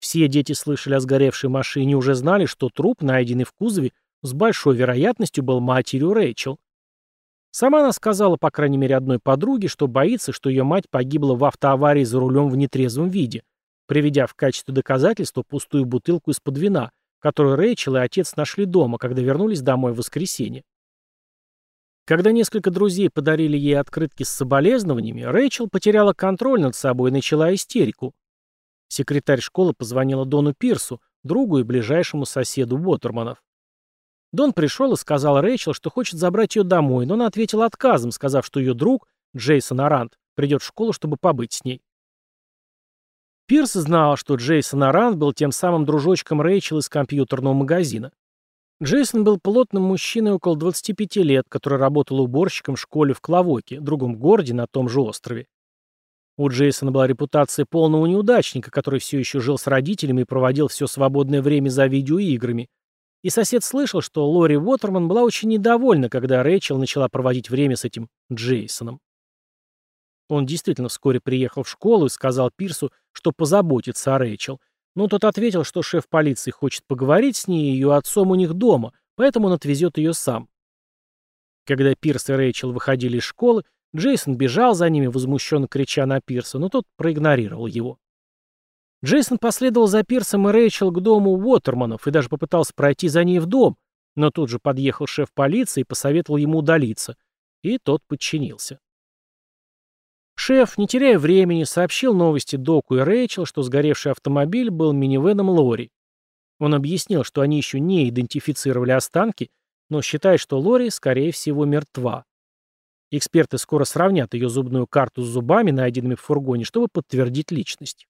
A: Все дети слышали о сгоревшей машине и уже знали, что труп, найденный в кузове, с большой вероятностью был матерью Рэйчел. Сама она сказала, по крайней мере, одной подруге, что боится, что ее мать погибла в автоаварии за рулем в нетрезвом виде, приведя в качестве доказательства пустую бутылку из-под вина, которую Рэйчел и отец нашли дома, когда вернулись домой в воскресенье. Когда несколько друзей подарили ей открытки с соболезнованиями, Рэйчел потеряла контроль над собой и начала истерику. Секретарь школы позвонила Дону Пирсу, другу и ближайшему соседу Уотерманов. Дон пришел и сказал Рэйчел, что хочет забрать ее домой, но она ответила отказом, сказав, что ее друг, Джейсон Арант, придет в школу, чтобы побыть с ней. Пирс знал, что Джейсон Арант был тем самым дружочком Рэйчел из компьютерного магазина. Джейсон был плотным мужчиной около двадцати пяти лет, который работал уборщиком в школе в Клавоке, другом городе на том же острове. У Джейсона была репутация полного неудачника, который все еще жил с родителями и проводил все свободное время за видеоиграми. И сосед слышал, что Лори Уотерман была очень недовольна, когда Рэйчел начала проводить время с этим Джейсоном. Он действительно вскоре приехал в школу и сказал Пирсу, что позаботится о Рэйчел, но тот ответил, что шеф полиции хочет поговорить с ней и ее отцом у них дома, поэтому он отвезет ее сам. Когда Пирс и Рэйчел выходили из школы, Джейсон бежал за ними, возмущенно крича на Пирса, но тот проигнорировал его. Джейсон последовал за Пирсом и Рэйчел к дому Уотерманов и даже попытался пройти за ней в дом, но тут же подъехал шеф полиции и посоветовал ему удалиться, и тот подчинился. Шеф, не теряя времени, сообщил новости Доку и Рэйчел, что сгоревший автомобиль был минивэном Лори. Он объяснил, что они еще не идентифицировали останки, но считает, что Лори, скорее всего, мертва. Эксперты скоро сравнят ее зубную карту с зубами, найденными в фургоне, чтобы подтвердить личность.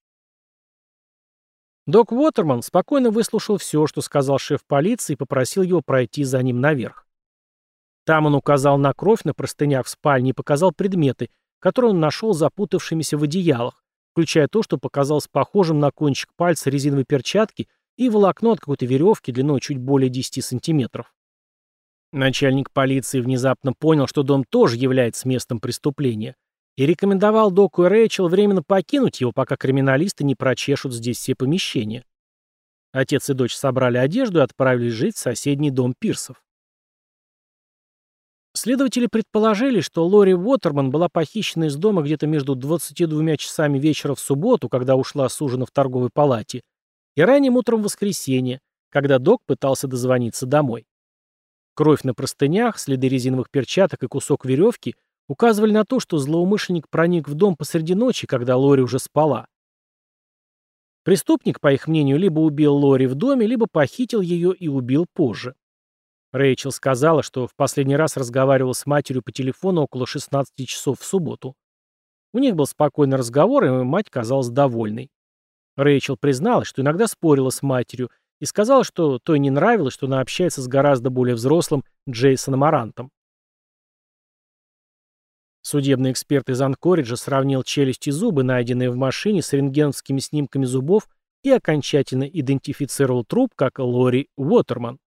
A: Док Уотерман спокойно выслушал все, что сказал шеф полиции, и попросил его пройти за ним наверх. Там он указал на кровь на простынях в спальне и показал предметы, которые он нашел запутавшимися в одеялах, включая то, что показалось похожим на кончик пальца резиновой перчатки и волокно от какой-то веревки длиной чуть более десяти сантиметров. Начальник полиции внезапно понял, что дом тоже является местом преступления, и рекомендовал Доку и Рэйчел временно покинуть его, пока криминалисты не прочешут здесь все помещения. Отец и дочь собрали одежду и отправились жить в соседний дом Пирсов. Следователи предположили, что Лори Уотерман была похищена из дома где-то между двадцатью двумя часами вечера в субботу, когда ушла с ужина в торговой палате, и ранним утром в воскресенье, когда Док пытался дозвониться домой. Кровь на простынях, следы резиновых перчаток и кусок веревки указывали на то, что злоумышленник проник в дом посреди ночи, когда Лори уже спала. Преступник, по их мнению, либо убил Лори в доме, либо похитил ее и убил позже. Рэйчел сказала, что в последний раз разговаривала с матерью по телефону около шестнадцати часов в субботу. У них был спокойный разговор, и мать казалась довольной. Рэйчел призналась, что иногда спорила с матерью, и сказала, что той не нравилось, что она общается с гораздо более взрослым Джейсоном Арантом. Судебный эксперт из Анкориджа сравнил челюсть и зубы, найденные в машине, с рентгеновскими снимками зубов и окончательно идентифицировал труп как Лори Уотерман.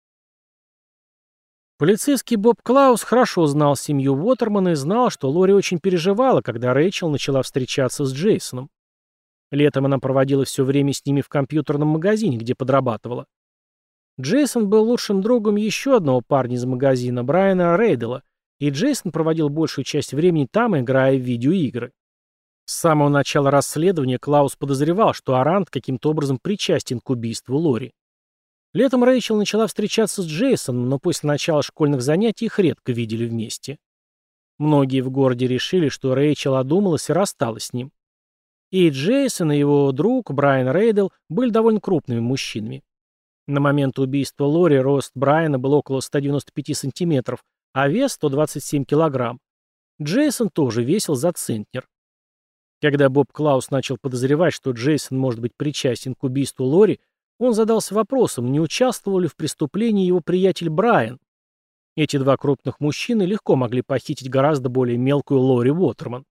A: Полицейский Боб Клаус хорошо знал семью Уотермана и знал, что Лори очень переживала, когда Рэйчел начала встречаться с Джейсоном. Летом она проводила все время с ними в компьютерном магазине, где подрабатывала. Джейсон был лучшим другом еще одного парня из магазина, Брайана Рейдела, и Джейсон проводил большую часть времени там, играя в видеоигры. С самого начала расследования Клаус подозревал, что Арант каким-то образом причастен к убийству Лори. Летом Рэйчел начала встречаться с Джейсоном, но после начала школьных занятий их редко видели вместе. Многие в городе решили, что Рэйчел одумалась и рассталась с ним. И Джейсон, и его друг Брайан Рейдел были довольно крупными мужчинами. На момент убийства Лори рост Брайана был около ста девяноста пяти сантиметров, а вес сто двадцать семь килограмм. Джейсон тоже весил за центнер. Когда Боб Клаус начал подозревать, что Джейсон может быть причастен к убийству Лори, он задался вопросом, не участвовал ли в преступлении его приятель Брайан. Эти два крупных мужчины легко могли похитить гораздо более мелкую Лори Уотерман.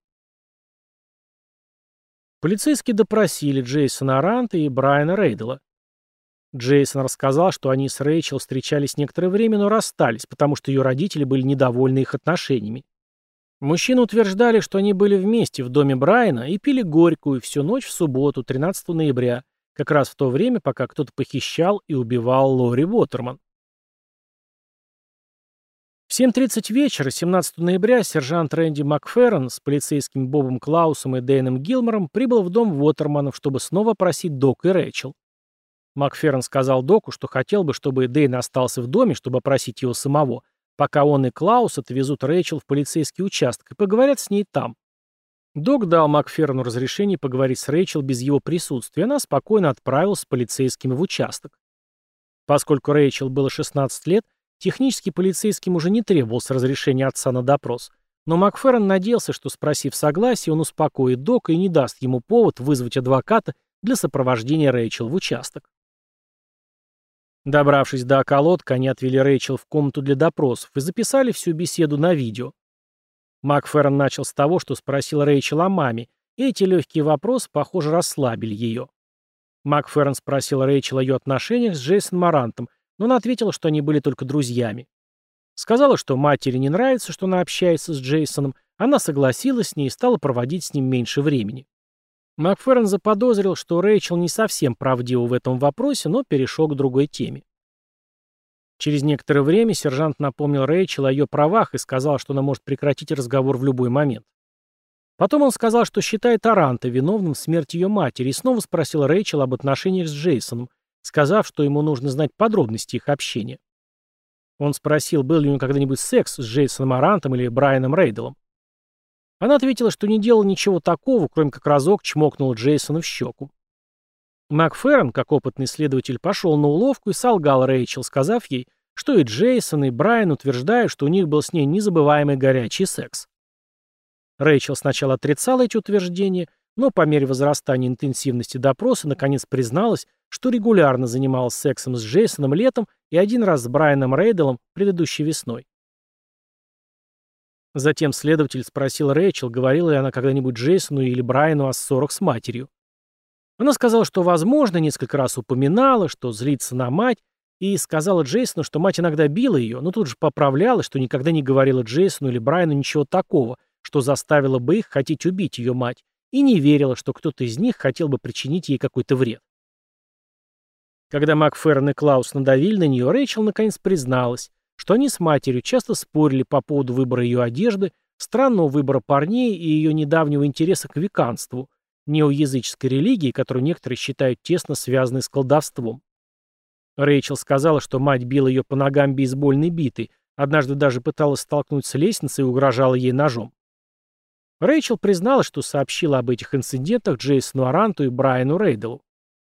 A: Полицейские допросили Джейсона Аранта и Брайана Рейдела. Джейсон рассказал, что они с Рэйчел встречались некоторое время, но расстались, потому что ее родители были недовольны их отношениями. Мужчины утверждали, что они были вместе в доме Брайана и пили горькую всю ночь в субботу, тринадцатого ноября, как раз в то время, пока кто-то похищал и убивал Лори Уотерман. В семь тридцать вечера семнадцатого ноября сержант Рэнди Макферрон с полицейскими Бобом Клаусом и Дэном Гилмором прибыл в дом Уотерманов, чтобы снова опросить Док и Рэйчел. Макферрон сказал Доку, что хотел бы, чтобы Дэйн остался в доме, чтобы опросить его самого, пока он и Клаус отвезут Рэйчел в полицейский участок и поговорят с ней там. Док дал Макферрону разрешение поговорить с Рэйчел без его присутствия, и она спокойно отправилась с полицейскими в участок. Поскольку Рэйчел было шестнадцать лет, технически полицейским уже не требовалось разрешения отца на допрос, но Макферрон надеялся, что, спросив согласие, он успокоит Дока и не даст ему повод вызвать адвоката для сопровождения Рэйчел в участок. Добравшись до околотка, они отвели Рэйчел в комнату для допросов и записали всю беседу на видео. Макферрон начал с того, что спросил Рэйчел о маме, и эти легкие вопросы, похоже, расслабили ее. Макферрон спросил Рэйчел о ее отношениях с Джейсоном Марантом, но она ответила, что они были только друзьями. Сказала, что матери не нравится, что она общается с Джейсоном, она согласилась с ней и стала проводить с ним меньше времени. Макферрон заподозрил, что Рэйчел не совсем правдива в этом вопросе, но перешел к другой теме. Через некоторое время сержант напомнил Рэйчел о ее правах и сказал, что она может прекратить разговор в любой момент. Потом он сказал, что считает Аранта виновным в смерти ее матери, и снова спросил Рэйчел об отношениях с Джейсоном, сказав, что ему нужно знать подробности их общения. Он спросил, был ли у него когда-нибудь секс с Джейсоном Арантом или Брайаном Рейделом. Она ответила, что не делала ничего такого, кроме как разок чмокнула Джейсона в щеку. Макферрон, как опытный следователь, пошел на уловку и солгал Рэйчел, сказав ей, что и Джейсон, и Брайан утверждают, что у них был с ней незабываемый горячий секс. Рэйчел сначала отрицала эти утверждения, но по мере возрастания интенсивности допроса наконец призналась, что регулярно занималась сексом с Джейсоном летом и один раз с Брайаном Рейделом предыдущей весной. Затем следователь спросил Рэйчел, говорила ли она когда-нибудь Джейсону или Брайану о ссорах с матерью. Она сказала, что, возможно, несколько раз упоминала, что злится на мать, и сказала Джейсону, что мать иногда била ее, но тут же поправлялась, что никогда не говорила Джейсону или Брайану ничего такого, что заставило бы их хотеть убить ее мать, и не верила, что кто-то из них хотел бы причинить ей какой-то вред. Когда Макферрон и Клаус надавили на нее, Рэйчел наконец призналась, что они с матерью часто спорили по поводу выбора ее одежды, странного выбора парней и ее недавнего интереса к веканству, неоязыческой религии, которую некоторые считают тесно связанной с колдовством. Рэйчел сказала, что мать била ее по ногам бейсбольной битой, однажды даже пыталась столкнуть с лестницы и угрожала ей ножом. Рэйчел призналась, что сообщила об этих инцидентах Джейсону Аранту и Брайану Рейделу.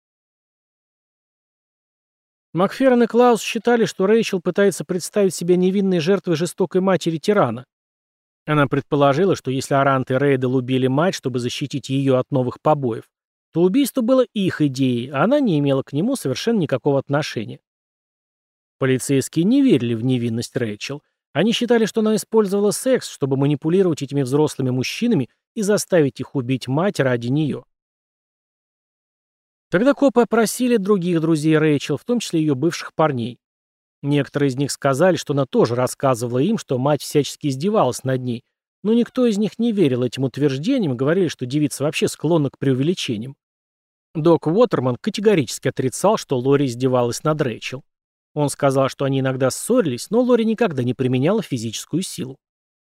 A: Макферрон и Клаус считали, что Рэйчел пытается представить себя невинной жертвой жестокой матери-тирана. Она предположила, что если Арант и Рейдел убили мать, чтобы защитить ее от новых побоев, то убийство было их идеей, а она не имела к нему совершенно никакого отношения. Полицейские не верили в невинность Рэйчел. Они считали, что она использовала секс, чтобы манипулировать этими взрослыми мужчинами и заставить их убить мать ради нее. Тогда копы опросили других друзей Рэйчел, в том числе ее бывших парней. Некоторые из них сказали, что она тоже рассказывала им, что мать всячески издевалась над ней, но никто из них не верил этим утверждениям и говорили, что девица вообще склонна к преувеличениям. Док Уотерман категорически отрицал, что Лори издевалась над Рэйчел. Он сказал, что они иногда ссорились, но Лори никогда не применяла физическую силу.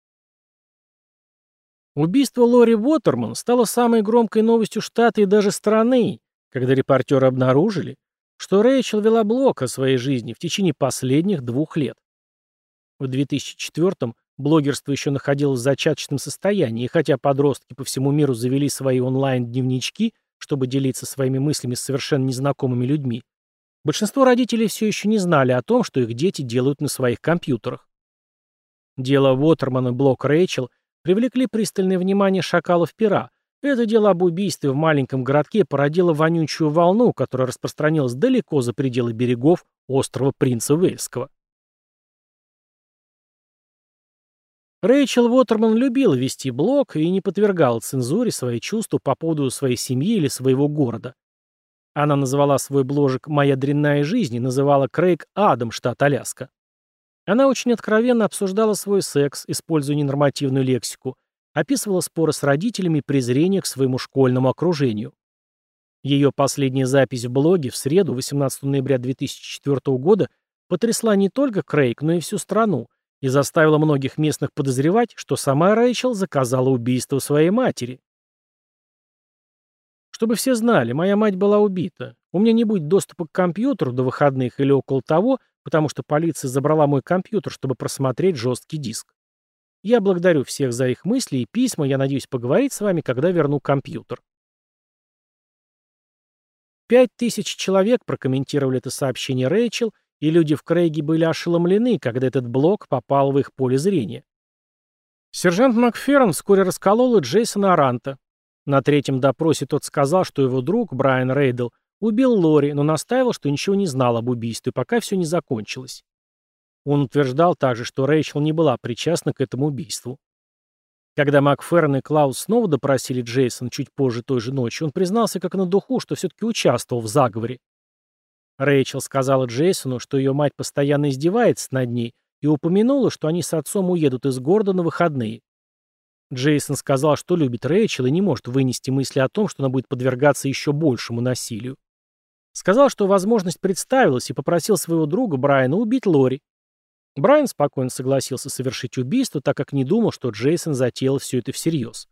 A: Убийство Лори Уотерман стало самой громкой новостью штата и даже страны, когда репортеры обнаружили, что Рэйчел вела блог о своей жизни в течение последних двух лет. В две тысячи четвёртом блогерство еще находилось в зачаточном состоянии, и хотя подростки по всему миру завели свои онлайн-дневнички, чтобы делиться своими мыслями с совершенно незнакомыми людьми, большинство родителей все еще не знали о том, что их дети делают на своих компьютерах. Дело Уотерман и блог Рэйчел привлекли пристальное внимание шакалов пера. Это дело об убийстве в маленьком городке породило вонючую волну, которая распространилась далеко за пределы берегов острова Принца Уэльского. Рэйчел Уотерман любила вести блог и не подвергала цензуре свои чувства по поводу своей семьи или своего города. Она назвала свой бложек «Моя дрянная жизнь» и называла Крейг адом, штат Аляска. Она очень откровенно обсуждала свой секс, используя ненормативную лексику, описывала споры с родителями и презрение к своему школьному окружению. Ее последняя запись в блоге в среду, восемнадцатого ноября две тысячи четвёртого года, потрясла не только Крейг, но и всю страну и заставила многих местных подозревать, что сама Рэйчел заказала убийство своей матери. Чтобы все знали, моя мать была убита. У меня не будет доступа к компьютеру до выходных или около того, потому что полиция забрала мой компьютер, чтобы просмотреть жесткий диск. Я благодарю всех за их мысли и письма, я надеюсь поговорить с вами, когда верну компьютер. Пять тысяч человек прокомментировали это сообщение Рэйчел, и люди в Крейге были ошеломлены, когда этот блог попал в их поле зрения. Сержант Макферн вскоре расколол и Джейсона Аранта. На третьем допросе тот сказал, что его друг, Брайан Рейдл, убил Лори, но настаивал, что ничего не знал об убийстве, пока все не закончилось. Он утверждал также, что Рэйчел не была причастна к этому убийству. Когда Макферн и Клаус снова допросили Джейсона чуть позже той же ночью, он признался как на духу, что все-таки участвовал в заговоре. Рэйчел сказала Джейсону, что ее мать постоянно издевается над ней, и упомянула, что они с отцом уедут из города на выходные. Джейсон сказал, что любит Рэйчел и не может вынести мысли о том, что она будет подвергаться еще большему насилию. Сказал, что возможность представилась, и попросил своего друга Брайана убить Лори. Брайан спокойно согласился совершить убийство, так как не думал, что Джейсон затеял все это всерьез.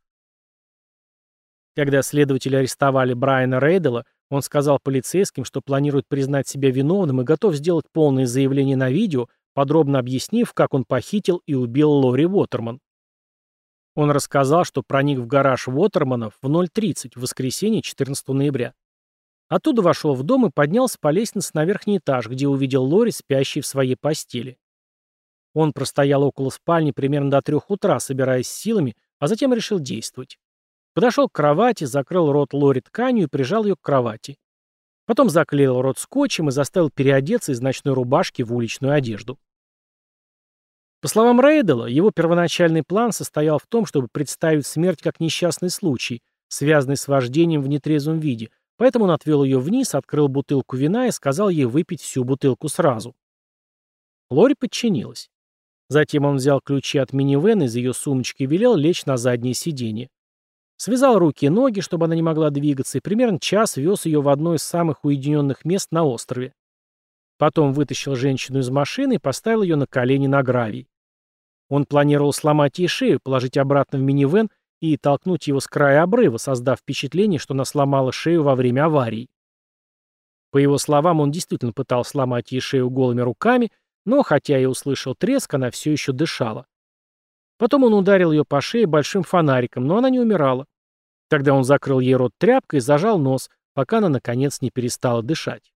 A: Когда следователи арестовали Брайана Рейдела, он сказал полицейским, что планирует признать себя виновным и готов сделать полное заявление на видео, подробно объяснив, как он похитил и убил Лори Уотерман. Он рассказал, что проник в гараж Уотерманов в ноль тридцать в воскресенье четырнадцатого ноября. Оттуда вошел в дом и поднялся по лестнице на верхний этаж, где увидел Лори, спящей в своей постели. Он простоял около спальни примерно до трех утра, собираясь силами, а затем решил действовать. Подошел к кровати, закрыл рот Лори тканью и прижал ее к кровати. Потом заклеил рот скотчем и заставил переодеться из ночной рубашки в уличную одежду. По словам Рейдела, его первоначальный план состоял в том, чтобы представить смерть как несчастный случай, связанный с вождением в нетрезвом виде, поэтому он отвел ее вниз, открыл бутылку вина и сказал ей выпить всю бутылку сразу. Лори подчинилась. Затем он взял ключи от минивэна из ее сумочки и велел лечь на заднее сиденье. Связал руки и ноги, чтобы она не могла двигаться, и примерно час вез ее в одно из самых уединенных мест на острове. Потом вытащил женщину из машины и поставил ее на колени на гравий. Он планировал сломать ей шею, положить обратно в минивэн и толкнуть его с края обрыва, создав впечатление, что она сломала шею во время аварии. По его словам, он действительно пытался сломать ей шею голыми руками, но, хотя и услышал треск, она все еще дышала. Потом он ударил ее по шее большим фонариком, но она не умирала. Тогда он закрыл ей рот тряпкой и зажал нос, пока она, наконец, не перестала дышать.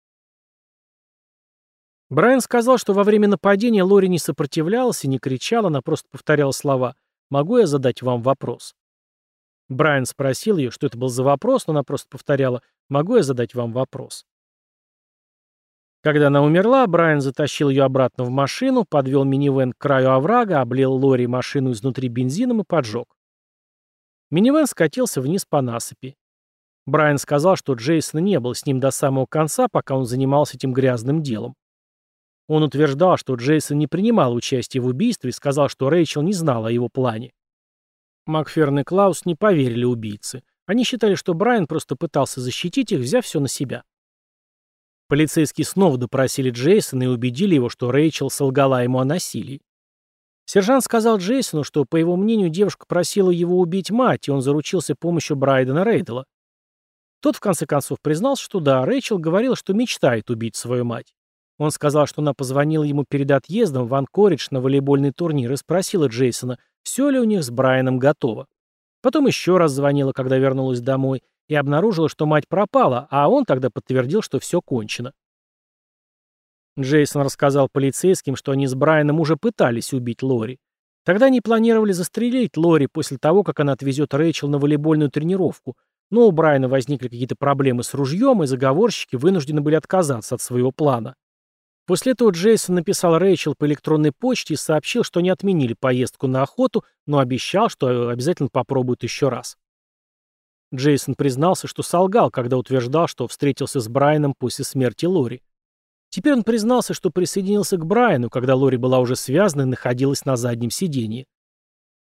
A: Брайан сказал, что во время нападения Лори не сопротивлялась и не кричала, она просто повторяла слова «Могу я задать вам вопрос?». Брайан спросил ее, что это был за вопрос, но она просто повторяла «Могу я задать вам вопрос?». Когда она умерла, Брайан затащил ее обратно в машину, подвел минивэн к краю оврага, облил Лори машину изнутри бензином и поджег. Минивэн скатился вниз по насыпи. Брайан сказал, что Джейсон не был с ним до самого конца, пока он занимался этим грязным делом. Он утверждал, что Джейсон не принимал участия в убийстве и сказал, что Рэйчел не знала о его плане. Макферн и Клаус не поверили убийце. Они считали, что Брайан просто пытался защитить их, взяв все на себя. Полицейские снова допросили Джейсона и убедили его, что Рэйчел солгала ему о насилии. Сержант сказал Джейсону, что, по его мнению, девушка просила его убить мать, и он заручился помощью Брайдена Рейдела. Тот, в конце концов, признался, что да, Рэйчел говорила, что мечтает убить свою мать. Он сказал, что она позвонила ему перед отъездом в Анкоридж на волейбольный турнир и спросила Джейсона, все ли у них с Брайаном готово. Потом еще раз звонила, когда вернулась домой, и обнаружила, что мать пропала, а он тогда подтвердил, что все кончено. Джейсон рассказал полицейским, что они с Брайаном уже пытались убить Лори. Тогда они планировали застрелить Лори после того, как она отвезет Рэйчел на волейбольную тренировку, но у Брайана возникли какие-то проблемы с ружьем, и заговорщики вынуждены были отказаться от своего плана. После этого Джейсон написал Рэйчел по электронной почте и сообщил, что не отменили поездку на охоту, но обещал, что обязательно попробуют еще раз. Джейсон признался, что солгал, когда утверждал, что встретился с Брайаном после смерти Лори. Теперь он признался, что присоединился к Брайану, когда Лори была уже связана и находилась на заднем сиденье.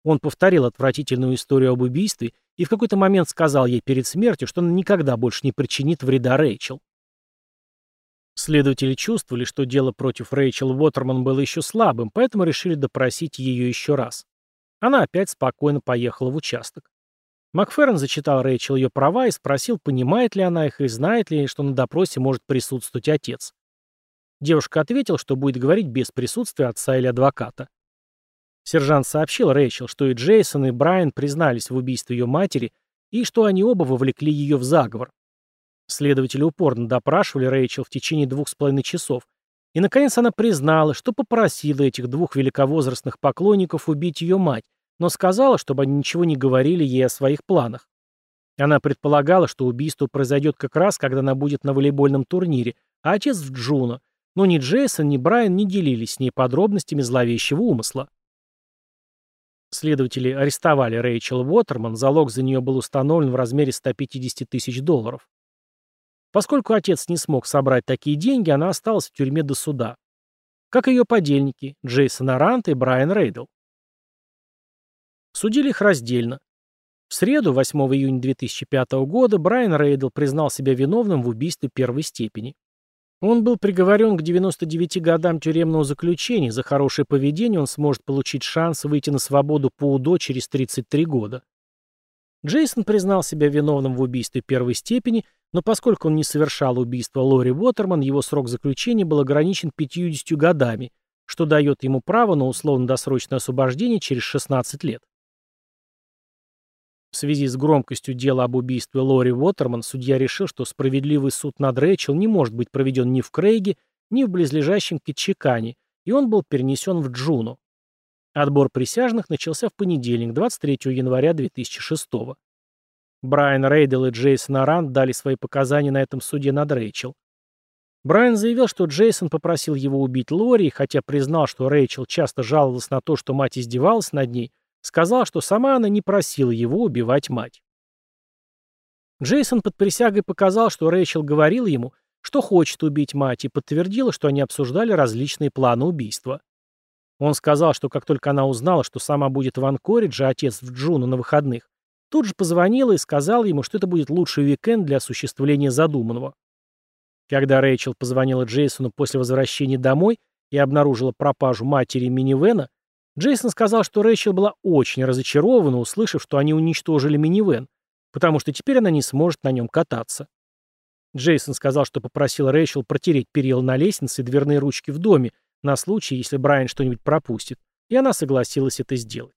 A: Он повторил отвратительную историю об убийстве и в какой-то момент сказал ей перед смертью, что он никогда больше не причинит вреда Рэйчел. Следователи чувствовали, что дело против Рэйчел Уотерман было еще слабым, поэтому решили допросить ее еще раз. Она опять спокойно поехала в участок. Макферсон зачитал Рэйчел ее права и спросил, понимает ли она их и знает ли, что на допросе может присутствовать отец. Девушка ответила, что будет говорить без присутствия отца или адвоката. Сержант сообщил Рэйчел, что и Джейсон, и Брайан признались в убийстве ее матери и что они оба вовлекли ее в заговор. Следователи упорно допрашивали Рэйчел в течение двух с половиной часов, и, наконец, она признала, что попросила этих двух великовозрастных поклонников убить ее мать, но сказала, чтобы они ничего не говорили ей о своих планах. Она предполагала, что убийство произойдет как раз, когда она будет на волейбольном турнире, а отец в Джуно, но ни Джейсон, ни Брайан не делились с ней подробностями зловещего умысла. Следователи арестовали Рэйчел Уотерман, залог за нее был установлен в размере ста пятидесяти тысяч долларов. Поскольку отец не смог собрать такие деньги, она осталась в тюрьме до суда. Как и ее подельники Джейсон Арант и Брайан Рейдл. Судили их раздельно. В среду, восьмого июня две тысячи пятого года, Брайан Рейдл признал себя виновным в убийстве первой степени. Он был приговорен к девяноста девяти годам тюремного заключения, за хорошее поведение он сможет получить шанс выйти на свободу по УДО через тридцать три года. Джейсон признал себя виновным в убийстве первой степени, но поскольку он не совершал убийство Лори Уотерман, его срок заключения был ограничен пятьюдесятью годами, что дает ему право на условно-досрочное освобождение через шестнадцать лет. В связи с громкостью дела об убийстве Лори Уотерман судья решил, что справедливый суд над Рэйчел не может быть проведен ни в Крейге, ни в близлежащем Кетчикане, и он был перенесен в Джуно. Отбор присяжных начался в понедельник, двадцать третьего января две тысячи шестого. Брайан Рейдл и Джейсон Арант дали свои показания на этом суде над Рэйчел. Брайан заявил, что Джейсон попросил его убить Лори, и хотя признал, что Рэйчел часто жаловалась на то, что мать издевалась над ней, сказал, что сама она не просила его убивать мать. Джейсон под присягой показал, что Рэйчел говорила ему, что хочет убить мать, и подтвердила, что они обсуждали различные планы убийства. Он сказал, что как только она узнала, что сама будет в Анкоридже, а отец в Джуно на выходных, тут же позвонила и сказала ему, что это будет лучший уикенд для осуществления задуманного. Когда Рэйчел позвонила Джейсону после возвращения домой и обнаружила пропажу матери минивэна, Джейсон сказал, что Рэйчел была очень разочарована, услышав, что они уничтожили минивэн, потому что теперь она не сможет на нем кататься. Джейсон сказал, что попросил Рэйчел протереть перила на лестнице и дверные ручки в доме на случай, если Брайан что-нибудь пропустит, и она согласилась это сделать.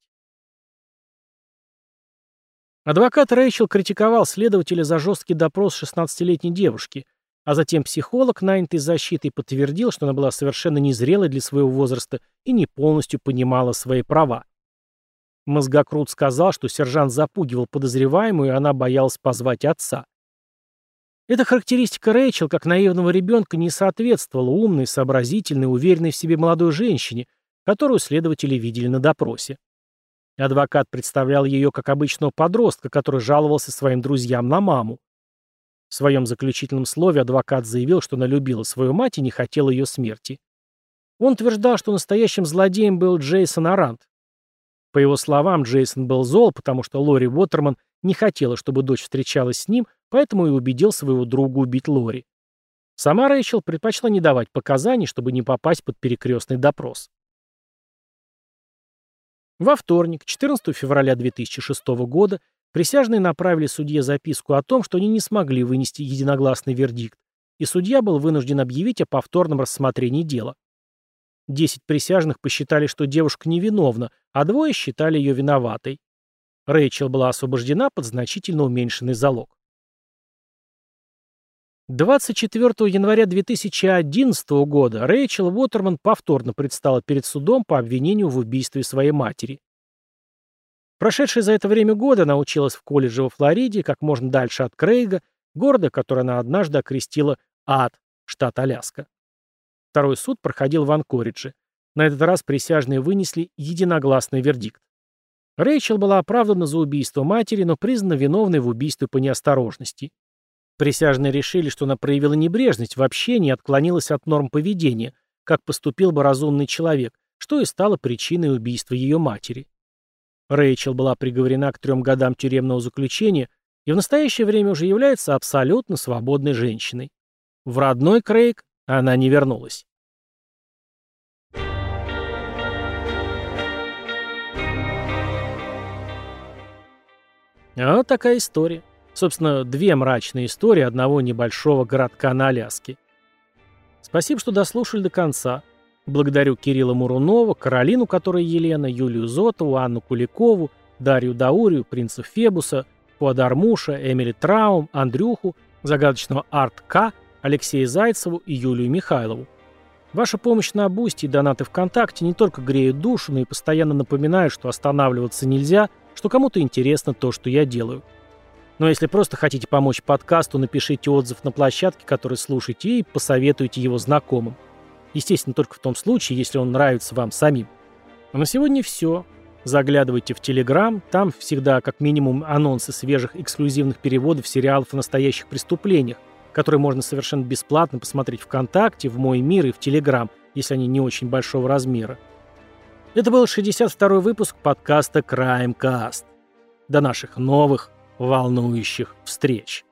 A: Адвокат Рэйчел критиковал следователя за жесткий допрос шестнадцатилетней девушки, а затем психолог, нанятый защитой, подтвердил, что она была совершенно незрелой для своего возраста и не полностью понимала свои права. Мозгокрут сказал, что сержант запугивал подозреваемую, и она боялась позвать отца. Эта характеристика Рэйчел, как наивного ребенка, не соответствовала умной, сообразительной, уверенной в себе молодой женщине, которую следователи видели на допросе. Адвокат представлял ее как обычного подростка, который жаловался своим друзьям на маму. В своем заключительном слове адвокат заявил, что она любила свою мать и не хотела ее смерти. Он утверждал, что настоящим злодеем был Джейсон Арант. По его словам, Джейсон был зол, потому что Лори Уотерман не хотела, чтобы дочь встречалась с ним, поэтому и убедил своего друга убить Лори. Сама Рэйчел предпочла не давать показаний, чтобы не попасть под перекрестный допрос. Во вторник, четырнадцатого февраля две тысячи шестого года, присяжные направили судье записку о том, что они не смогли вынести единогласный вердикт, и судья был вынужден объявить о повторном рассмотрении дела. Десять присяжных посчитали, что девушка невиновна, а двое считали ее виноватой. Рэйчел была освобождена под значительно уменьшенный залог. двадцать четвёртого января две тысячи одиннадцатого года Рэйчел Уотерман повторно предстала перед судом по обвинению в убийстве своей матери. Прошедшая за это время года она училась в колледже во Флориде, как можно дальше от Крейга, города, который она однажды окрестила Ад, штат Аляска. Второй суд проходил в Анкоридже. На этот раз присяжные вынесли единогласный вердикт. Рэйчел была оправдана за убийство матери, но признана виновной в убийстве по неосторожности. Присяжные решили, что она проявила небрежность в общении и отклонилась от норм поведения, как поступил бы разумный человек, что и стало причиной убийства ее матери. Рэйчел была приговорена к трем годам тюремного заключения и в настоящее время уже является абсолютно свободной женщиной. В родной Крейг она не вернулась. А вот такая история. Собственно, две мрачные истории одного небольшого городка на Аляске. Спасибо, что дослушали до конца. Благодарю Кирилла Мурунова, Каролину, которая Елена, Юлию Зотову, Анну Куликову, Дарью Даурию, принца Фебуса, Фуадар Муша, Эмили Траум, Андрюху, загадочного Арт К, Алексея Зайцеву и Юлию Михайлову. Ваша помощь на Бусти и донаты ВКонтакте не только греют душу, но и постоянно напоминают, что останавливаться нельзя, что кому-то интересно то, что я делаю. Но если просто хотите помочь подкасту, напишите отзыв на площадке, который слушаете, и посоветуйте его знакомым. Естественно, только в том случае, если он нравится вам самим. А на сегодня все. Заглядывайте в Телеграм, там всегда как минимум анонсы свежих эксклюзивных переводов сериалов о настоящих преступлениях, которые можно совершенно бесплатно посмотреть ВКонтакте, в Мой Мир и в Телеграм, если они не очень большого размера. Это был шестьдесят второй выпуск подкаста Crimecast. До наших новых волнующих встреч.